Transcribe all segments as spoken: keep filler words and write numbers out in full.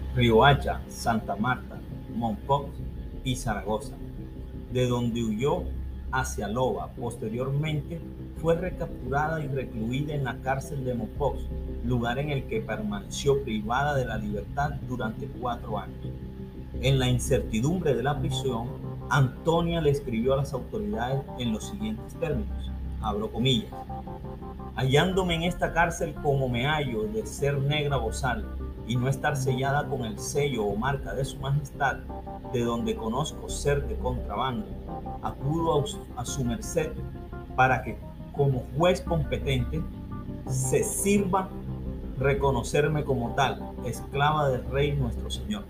Riohacha, Santa Marta, Mompox y Zaragoza, de donde huyó hacia Loba. Posteriormente fue recapturada y recluida en la cárcel de Mompox, lugar en el que permaneció privada de la libertad durante cuatro años. En la incertidumbre de la prisión, Antonia le escribió a las autoridades en los siguientes términos, abro comillas: hallándome en esta cárcel como me hallo de ser negra bozal y no estar sellada con el sello o marca de su majestad, de donde conozco ser de contrabando, acudo a su merced para que como juez competente se sirva reconocerme como tal, esclava del rey nuestro señor.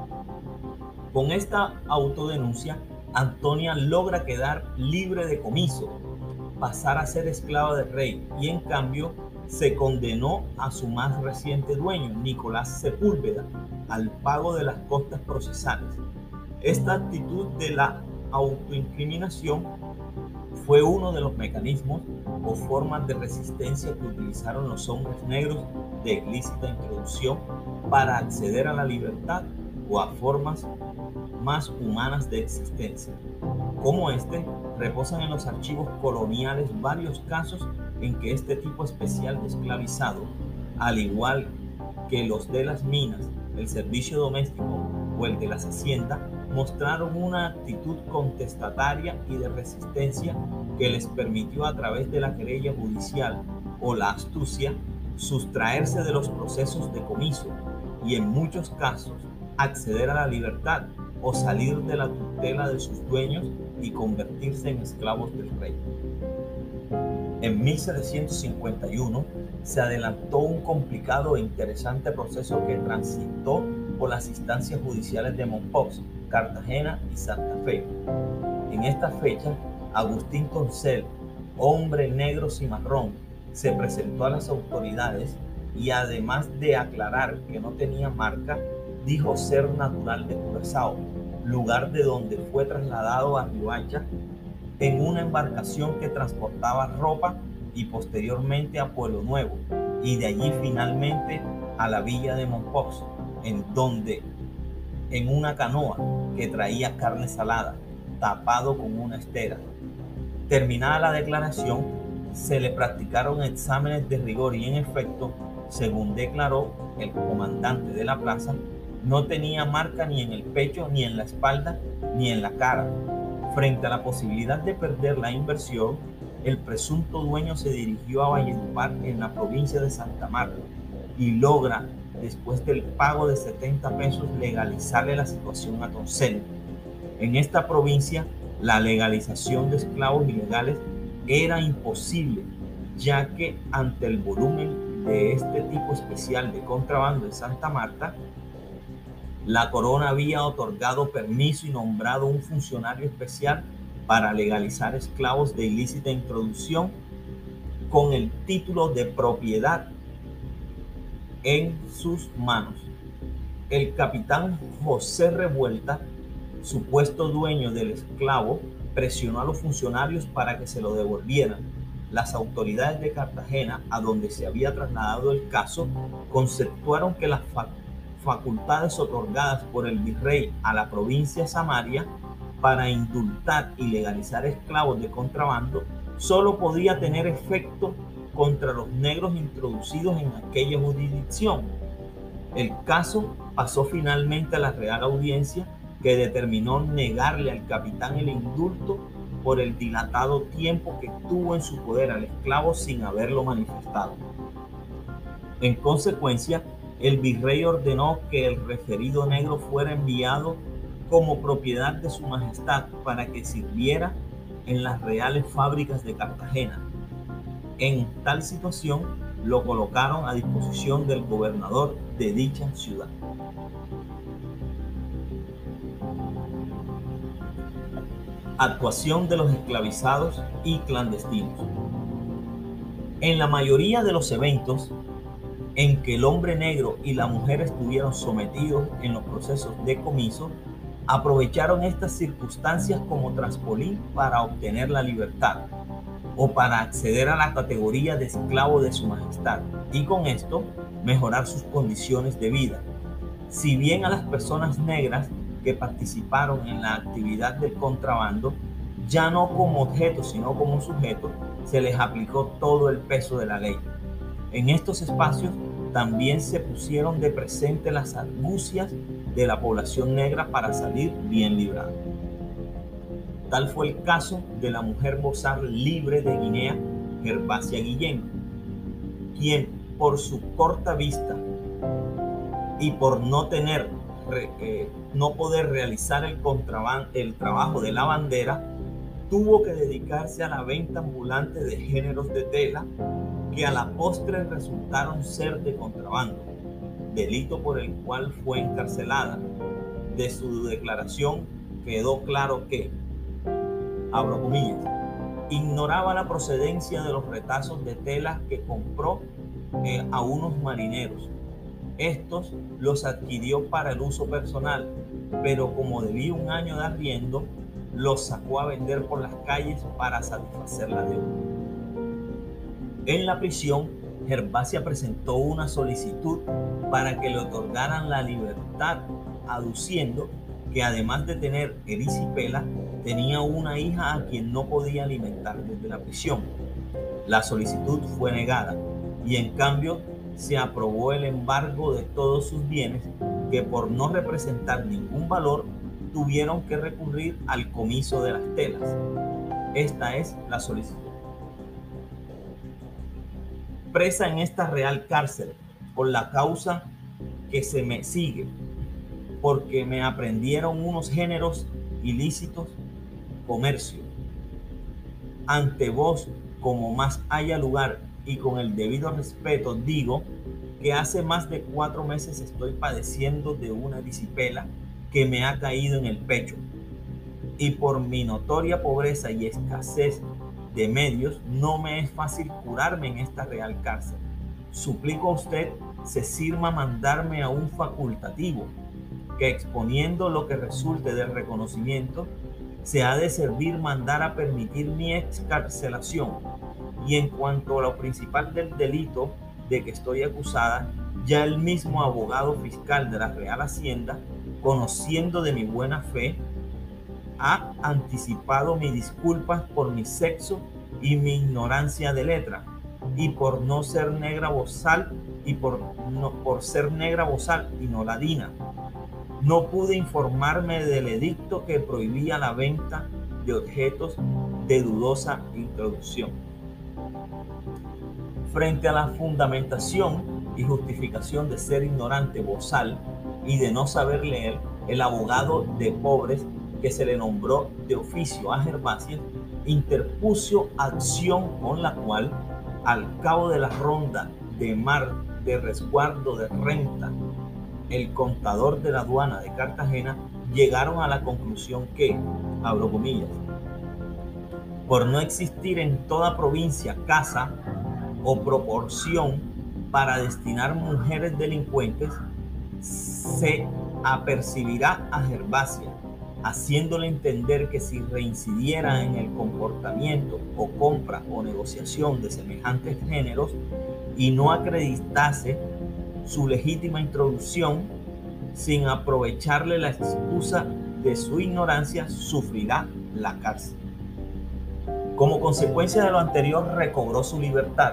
Con esta autodenuncia, Antonia logra quedar libre de comiso, pasar a ser esclava del rey, y en cambio se condenó a su más reciente dueño, Nicolás Sepúlveda, al pago de las costas procesales. Esta actitud de la autoincriminación fue uno de los mecanismos o formas de resistencia que utilizaron los hombres negros de ilícita introducción para acceder a la libertad o a formas más humanas de existencia. Como este, reposan en los archivos coloniales varios casos en que este tipo especial de esclavizado, al igual que los de las minas, el servicio doméstico o el de las haciendas, mostraron una actitud contestataria y de resistencia que les permitió, a través de la querella judicial o la astucia, sustraerse de los procesos de comiso y, en muchos casos, acceder a la libertad o salir de la tutela de sus dueños y convertirse en esclavos del rey. En mil setecientos cincuenta y uno se adelantó un complicado e interesante proceso que transitó por las instancias judiciales de Mompox, Cartagena y Santa Fe. En esta fecha, Agustín Concel, hombre negro cimarrón, se presentó a las autoridades y, además de aclarar que no tenía marca, dijo ser natural de Curazao, lugar de donde fue trasladado a Riohacha en una embarcación que transportaba ropa, y posteriormente a Pueblo Nuevo, y de allí finalmente a la villa de Mompox, en donde en una canoa que traía carne salada, tapado con una estera. Terminada la declaración, se le practicaron exámenes de rigor y, en efecto, según declaró el comandante de la plaza, no tenía marca ni en el pecho, ni en la espalda, ni en la cara. Frente a la posibilidad de perder la inversión, el presunto dueño se dirigió a Valledupar, en la provincia de Santa Marta, y logra, después del pago de setenta pesos, legalizarle la situación a Concel. En esta provincia, la legalización de esclavos ilegales era imposible, ya que ante el volumen de este tipo especial de contrabando en Santa Marta, la corona había otorgado permiso y nombrado un funcionario especial para legalizar esclavos de ilícita introducción con el título de propiedad en sus manos. El capitán José Revuelta, supuesto dueño del esclavo, presionó a los funcionarios para que se lo devolvieran. Las autoridades de Cartagena, a donde se había trasladado el caso, conceptuaron que las facultades otorgadas por el virrey a la provincia Samaria para indultar y legalizar esclavos de contrabando solo podía tener efecto contra los negros introducidos en aquella jurisdicción. El caso pasó finalmente a la Real Audiencia, que determinó negarle al capitán el indulto por el dilatado tiempo que tuvo en su poder al esclavo sin haberlo manifestado. En consecuencia, el virrey ordenó que el referido negro fuera enviado como propiedad de su majestad para que sirviera en las reales fábricas de Cartagena. En tal situación, lo colocaron a disposición del gobernador de dicha ciudad. Actuación de los esclavizados y clandestinos. En la mayoría de los eventos en que el hombre negro y la mujer estuvieron sometidos en los procesos de comiso, aprovecharon estas circunstancias como trampolín para obtener la libertad o para acceder a la categoría de esclavo de su majestad, y con esto mejorar sus condiciones de vida. Si bien a las personas negras que participaron en la actividad del contrabando, ya no como objeto, sino como sujeto, se les aplicó todo el peso de la ley. En estos espacios también se pusieron de presente las argucias de la población negra para salir bien librada. Tal fue el caso de la mujer bozal libre de Guinea, Gervasia Guillén, quien por su corta vista y por no tener, eh, no poder realizar el, el trabajo de la bandera, tuvo que dedicarse a la venta ambulante de géneros de tela que a la postre resultaron ser de contrabando, delito por el cual fue encarcelada. De su declaración quedó claro que, abro comillas, ignoraba la procedencia de los retazos de tela que compró eh, a unos marineros. Estos los adquirió para el uso personal, pero como debía un año de arriendo, los sacó a vender por las calles para satisfacer la deuda. En la prisión, Gervasia presentó una solicitud para que le otorgaran la libertad, aduciendo que además de tener erisipela, tenía una hija a quien no podía alimentar desde la prisión. La solicitud fue negada y en cambio se aprobó el embargo de todos sus bienes que por no representar ningún valor tuvieron que recurrir al comiso de las telas. Esta es la solicitud. Presa en esta real cárcel por la causa que se me sigue, porque me aprendieron unos géneros ilícitos, comercio. Ante vos, como más haya lugar y con el debido respeto, digo que hace más de cuatro meses estoy padeciendo de una erisipela que me ha caído en el pecho, y por mi notoria pobreza y escasez de medios no me es fácil curarme en esta real cárcel. Suplico a usted se sirva mandarme a un facultativo que, exponiendo lo que resulte del reconocimiento, se ha de servir mandar a permitir mi excarcelación. Y en cuanto a lo principal del delito de que estoy acusada, ya el mismo abogado fiscal de la Real Hacienda, conociendo de mi buena fe, ha anticipado mis disculpas por mi sexo y mi ignorancia de letra, y por no ser negra bozal y por, no, por ser negra bozal y no ladina. No pude informarme del edicto que prohibía la venta de objetos de dudosa introducción. Frente a la fundamentación y justificación de ser ignorante bozal y de no saber leer, el abogado de pobres que se le nombró de oficio a Gervasia interpuso acción con la cual, al cabo de la ronda de mar de resguardo de renta, el contador de la aduana de Cartagena llegaron a la conclusión que, abro comillas, por no existir en toda provincia casa o proporción para destinar mujeres delincuentes, se apercibirá a Gervasia, haciéndole entender que si reincidiera en el comportamiento o compra o negociación de semejantes géneros y no acreditase su legítima introducción, sin aprovecharle la excusa de su ignorancia, sufrirá la cárcel. Como consecuencia de lo anterior, recobró su libertad.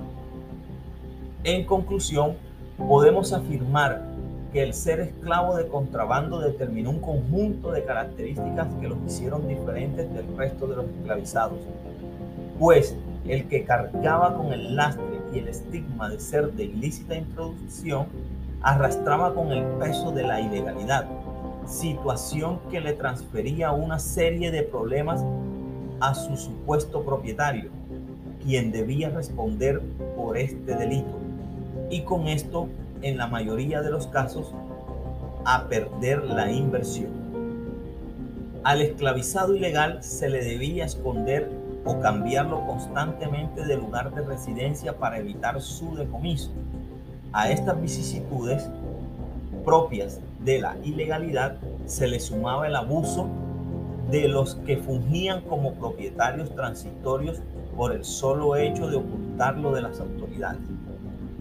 En conclusión, podemos afirmar que el ser esclavo de contrabando determinó un conjunto de características que los hicieron diferentes del resto de los esclavizados, pues el que cargaba con el lastre y el estigma de ser de ilícita introducción arrastraba con el peso de la ilegalidad, situación que le transfería una serie de problemas a su supuesto propietario, quien debía responder por este delito, y con esto, en la mayoría de los casos, a perder la inversión. Al esclavizado ilegal se le debía esconder o cambiarlo constantemente de lugar de residencia para evitar su decomiso. A estas vicisitudes propias de la ilegalidad se le sumaba el abuso de los que fungían como propietarios transitorios por el solo hecho de ocultarlo de las autoridades.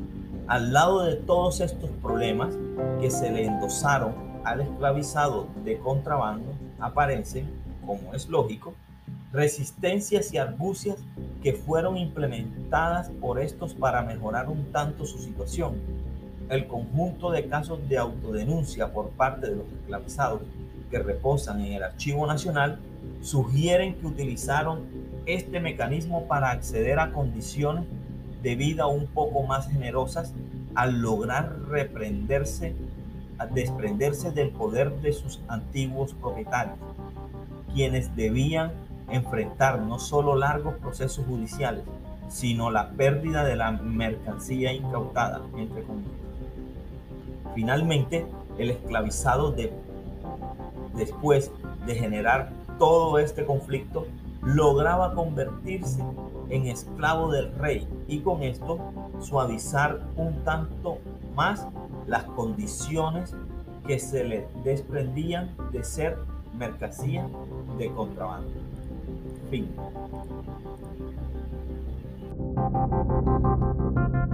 Al lado de todos estos problemas que se le endosaron al esclavizado de contrabando, aparecen, como es lógico, resistencias y argucias que fueron implementadas por estos para mejorar un tanto su situación. El conjunto de casos de autodenuncia por parte de los esclavizados que reposan en el Archivo Nacional sugieren que utilizaron este mecanismo para acceder a condiciones de vida un poco más generosas al lograr reprenderse, a desprenderse del poder de sus antiguos propietarios, quienes debían enfrentar no solo largos procesos judiciales, sino la pérdida de la mercancía incautada, entre comillas. Finalmente, el esclavizado, de, después de generar todo este conflicto, lograba convertirse en esclavo del rey y con esto suavizar un tanto más las condiciones que se le desprendían de ser mercancía de contrabando. Fin.